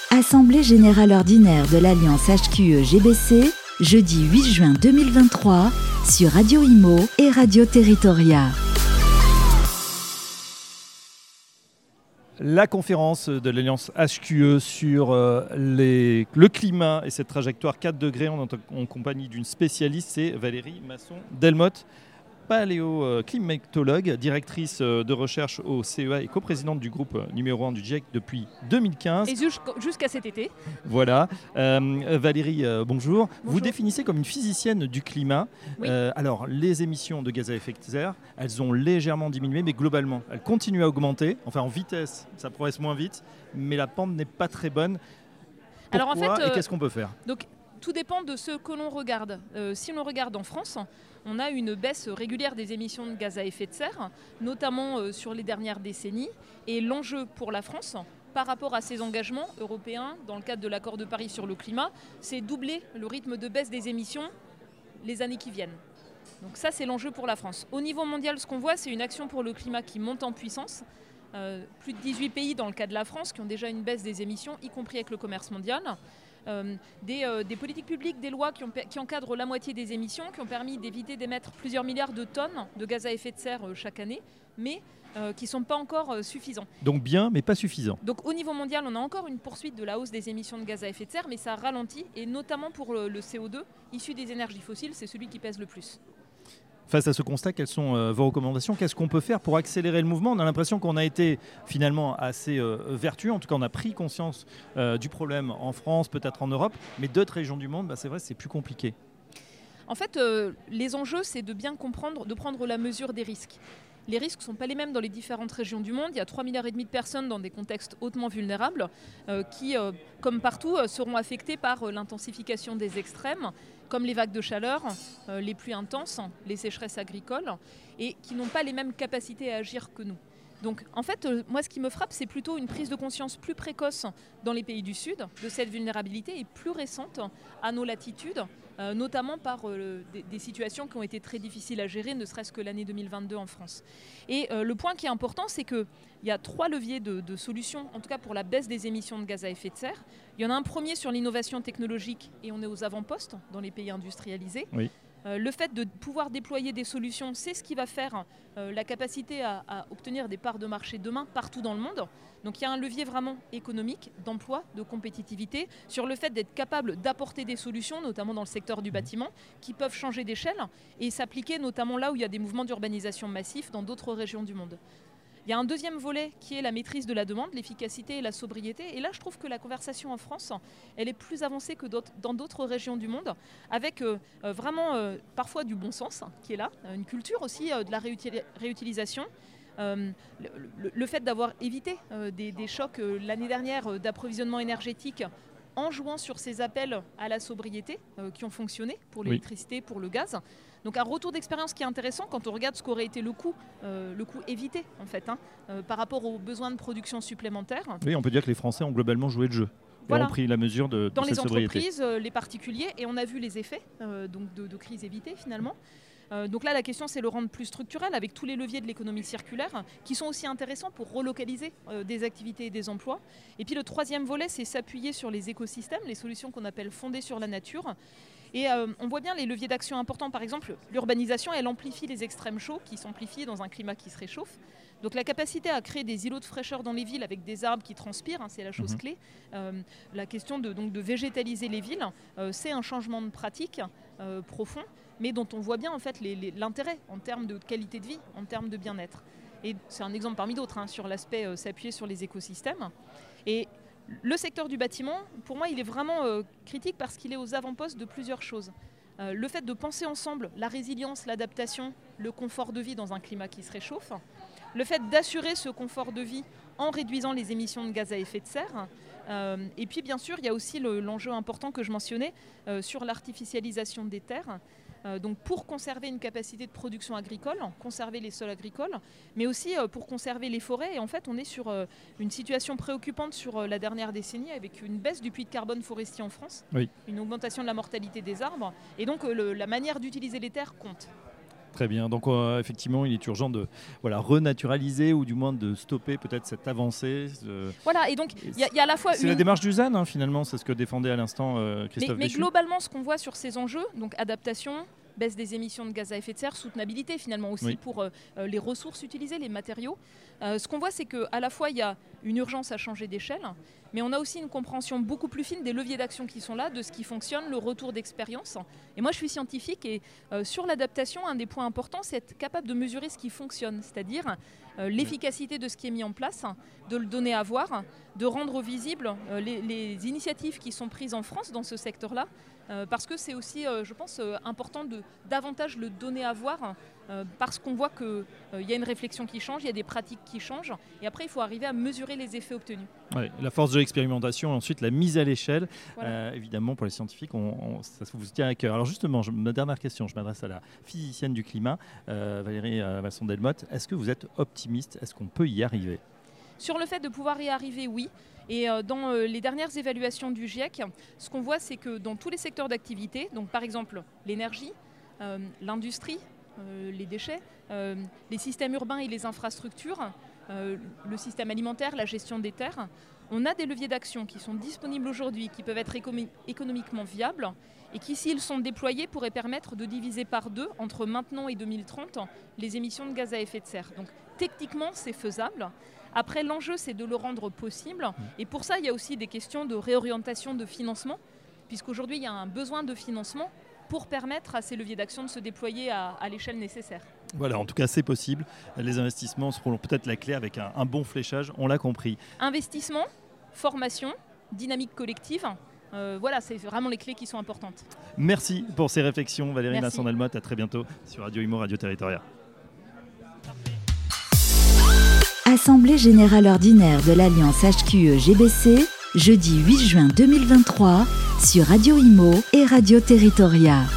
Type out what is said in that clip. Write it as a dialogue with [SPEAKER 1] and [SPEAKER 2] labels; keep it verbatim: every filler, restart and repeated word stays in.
[SPEAKER 1] Assemblée générale ordinaire de l'Alliance H Q E G B C, jeudi huit juin deux mille vingt-trois, sur Radio Imo et Radio Territoria.
[SPEAKER 2] La conférence de l'Alliance H Q E sur euh, les, le climat et cette trajectoire quatre degrés en, en compagnie d'une spécialiste, c'est Valérie Masson-Delmotte, paléoclimatologue, directrice de recherche au C E A et coprésidente du groupe numéro un du GIEC depuis deux mille quinze.
[SPEAKER 3] Et jusqu'à cet été.
[SPEAKER 2] Voilà. Euh, Valérie, euh, bonjour.
[SPEAKER 3] bonjour.
[SPEAKER 2] Vous définissez comme une physicienne du climat.
[SPEAKER 3] Oui.
[SPEAKER 2] Euh, alors, les émissions de gaz à effet de serre, elles ont légèrement diminué, mais globalement, elles continuent à augmenter. Enfin, en vitesse, ça progresse moins vite, mais la pente n'est pas très bonne. Pourquoi
[SPEAKER 3] Alors, en fait, euh,
[SPEAKER 2] et qu'est-ce qu'on peut faire ?
[SPEAKER 3] Donc, tout dépend de ce que l'on regarde. Euh, si l'on regarde en France, on a une baisse régulière des émissions de gaz à effet de serre, notamment euh, sur les dernières décennies. Et l'enjeu pour la France, par rapport à ses engagements européens dans le cadre de l'accord de Paris sur le climat, c'est doubler le rythme de baisse des émissions les années qui viennent. Donc ça, c'est l'enjeu pour la France. Au niveau mondial, ce qu'on voit, c'est une action pour le climat qui monte en puissance. Euh, plus de dix-huit pays dans le cas de la France qui ont déjà une baisse des émissions, y compris avec le commerce mondial. Euh, des, euh, des politiques publiques, des lois qui, ont, qui encadrent la moitié des émissions, qui ont permis d'éviter d'émettre plusieurs milliards de tonnes de gaz à effet de serre euh, chaque année, mais euh, qui ne sont pas encore euh, suffisants.
[SPEAKER 2] Donc bien, mais pas suffisant.
[SPEAKER 3] Donc au niveau mondial, on a encore une poursuite de la hausse des émissions de gaz à effet de serre, mais ça ralentit, et notamment pour le, le C O deux, issu des énergies fossiles, c'est celui qui pèse le plus.
[SPEAKER 2] Face à ce constat, quelles sont euh, vos recommandations ? Qu'est-ce qu'on peut faire pour accélérer le mouvement ? On a l'impression qu'on a été finalement assez euh, vertueux. En tout cas, on a pris conscience euh, du problème en France, peut-être en Europe. Mais d'autres régions du monde, bah, c'est vrai, c'est plus compliqué.
[SPEAKER 3] En fait, euh, les enjeux, c'est de bien comprendre, de prendre la mesure des risques. Les risques ne sont pas les mêmes dans les différentes régions du monde. Il y a trois virgule cinq milliards de personnes dans des contextes hautement vulnérables euh, qui, euh, comme partout, euh, seront affectées par euh, l'intensification des extrêmes, comme les vagues de chaleur, euh, les pluies intenses, les sécheresses agricoles, et qui n'ont pas les mêmes capacités à agir que nous. Donc en fait, euh, moi ce qui me frappe, c'est plutôt une prise de conscience plus précoce dans les pays du Sud de cette vulnérabilité et plus récente à nos latitudes, euh, notamment par euh, des, des situations qui ont été très difficiles à gérer, ne serait-ce que l'année deux mille vingt-deux en France. Et euh, le point qui est important, c'est qu'il y a trois leviers de, de solutions, en tout cas pour la baisse des émissions de gaz à effet de serre. Il y en a un premier sur l'innovation technologique, et on est aux avant-postes dans les pays industrialisés.
[SPEAKER 2] Oui.
[SPEAKER 3] Euh, le fait de pouvoir déployer des solutions, c'est ce qui va faire euh, la capacité à, à obtenir des parts de marché demain partout dans le monde. Donc il y a un levier vraiment économique, d'emploi, de compétitivité, sur le fait d'être capable d'apporter des solutions, notamment dans le secteur du bâtiment, qui peuvent changer d'échelle et s'appliquer notamment là où il y a des mouvements d'urbanisation massifs dans d'autres régions du monde. Il y a un deuxième volet qui est la maîtrise de la demande, l'efficacité et la sobriété. Et là, je trouve que la conversation en France, elle est plus avancée que d'autres, dans d'autres régions du monde, avec euh, vraiment euh, parfois du bon sens hein, qui est là, une culture aussi euh, de la réutil- réutilisation. Euh, le, le, le fait d'avoir évité euh, des, des chocs euh, l'année dernière euh, d'approvisionnement énergétique en jouant sur ces appels à la sobriété euh, qui ont fonctionné pour l'électricité, oui. Pour le gaz. Donc un retour d'expérience qui est intéressant quand on regarde ce qu'aurait été le coût, euh, le coût évité en fait, hein, euh, par rapport aux besoins de production supplémentaires.
[SPEAKER 2] Oui, on peut dire que les Français ont globalement joué le jeu.
[SPEAKER 3] Voilà.
[SPEAKER 2] Et ont pris la mesure de, de
[SPEAKER 3] Dans
[SPEAKER 2] cette
[SPEAKER 3] les
[SPEAKER 2] sobriété.
[SPEAKER 3] entreprises, euh, les particuliers, et on a vu les effets euh, donc de, de crise évitée finalement. Euh, donc là, la question, c'est le rendre plus structurel avec tous les leviers de l'économie circulaire qui sont aussi intéressants pour relocaliser euh, des activités et des emplois. Et puis le troisième volet, c'est s'appuyer sur les écosystèmes, les solutions qu'on appelle fondées sur la nature. Et euh, on voit bien les leviers d'action importants. Par exemple, l'urbanisation, elle amplifie les extrêmes chauds qui s'amplifient dans un climat qui se réchauffe. Donc la capacité à créer des îlots de fraîcheur dans les villes avec des arbres qui transpirent, hein, c'est la chose mmh. clé. Euh, la question de, donc, de végétaliser les villes, euh, c'est un changement de pratique euh, profond, mais dont on voit bien en fait les, les, l'intérêt en termes de qualité de vie, en termes de bien-être. Et c'est un exemple parmi d'autres hein, sur l'aspect euh, s'appuyer sur les écosystèmes. Et le secteur du bâtiment, pour moi, il est vraiment euh, critique parce qu'il est aux avant-postes de plusieurs choses. Euh, le fait de penser ensemble la résilience, l'adaptation, le confort de vie dans un climat qui se réchauffe, le fait d'assurer ce confort de vie en réduisant les émissions de gaz à effet de serre. Euh, et puis, bien sûr, il y a aussi le, l'enjeu important que je mentionnais euh, sur l'artificialisation des terres. Euh, donc pour conserver une capacité de production agricole, conserver les sols agricoles, mais aussi euh, pour conserver les forêts. Et en fait, on est sur euh, une situation préoccupante sur euh, la dernière décennie avec une baisse du puits de carbone forestier en France,
[SPEAKER 2] oui.
[SPEAKER 3] Une augmentation de la mortalité des arbres. Et donc, euh, le, la manière d'utiliser les terres compte.
[SPEAKER 2] Très bien. Donc euh, effectivement, il est urgent de voilà, renaturaliser ou du moins de stopper peut-être cette avancée. Euh,
[SPEAKER 3] voilà, et donc il y, y a à la fois
[SPEAKER 2] c'est
[SPEAKER 3] une...
[SPEAKER 2] la démarche du Z A N, hein, finalement, c'est ce que défendait à l'instant euh, Christophe
[SPEAKER 3] Mais, mais
[SPEAKER 2] Béchu.
[SPEAKER 3] globalement, ce qu'on voit sur ces enjeux, donc adaptation, baisse des émissions de gaz à effet de serre, soutenabilité finalement aussi oui. pour euh, les ressources utilisées, les matériaux. Euh, ce qu'on voit, c'est qu'à la fois, il y a une urgence à changer d'échelle, mais on a aussi une compréhension beaucoup plus fine des leviers d'action qui sont là, de ce qui fonctionne, le retour d'expérience. Et moi, je suis scientifique et euh, sur l'adaptation, un des points importants, c'est être capable de mesurer ce qui fonctionne, c'est-à-dire euh, l'efficacité de ce qui est mis en place, de le donner à voir, de rendre visible euh, les, les initiatives qui sont prises en France dans ce secteur-là, euh, parce que c'est aussi, euh, je pense, euh, important de davantage le donner à voir, euh, parce qu'on voit qu'il euh, y a une réflexion qui change, il y a des pratiques qui changent, et après, il faut arriver à mesurer les effets obtenus.
[SPEAKER 2] Ouais, la force de l'expérimentation et ensuite la mise à l'échelle,
[SPEAKER 3] voilà.
[SPEAKER 2] euh, évidemment, pour les scientifiques, on, on, ça vous tient à cœur. Alors justement, je, ma dernière question, je m'adresse à la physicienne du climat, euh, Valérie euh, Masson-Delmotte. Est-ce que vous êtes optimiste ? Est-ce qu'on peut y arriver ?
[SPEAKER 3] Sur le fait de pouvoir y arriver, oui. Et euh, dans euh, les dernières évaluations du GIEC, ce qu'on voit, c'est que dans tous les secteurs d'activité, donc par exemple l'énergie, euh, l'industrie, euh, les déchets, euh, les systèmes urbains et les infrastructures, euh, le système alimentaire, la gestion des terres, on a des leviers d'action qui sont disponibles aujourd'hui, qui peuvent être économi- économiquement viables et qui, s'ils sont déployés, pourraient permettre de diviser par deux, entre maintenant et deux mille trente, les émissions de gaz à effet de serre. Donc techniquement, c'est faisable. Après, l'enjeu, c'est de le rendre possible. Et pour ça, il y a aussi des questions de réorientation de financement, puisqu'aujourd'hui, il y a un besoin de financement pour permettre à ces leviers d'action de se déployer à, à l'échelle nécessaire.
[SPEAKER 2] Voilà, en tout cas, c'est possible. Les investissements seront peut-être la clé avec un, un bon fléchage, on l'a compris.
[SPEAKER 3] Investissement, formation, dynamique collective. Euh, voilà, c'est vraiment les clés qui sont importantes.
[SPEAKER 2] Merci pour ces réflexions, Valérie Masson-Delmotte. À très bientôt sur Radio Imo, Radio Territoria.
[SPEAKER 1] Assemblée générale ordinaire de l'Alliance H Q E G B C, jeudi huit juin deux mille vingt-trois, sur Radio Imo et Radio Territoria.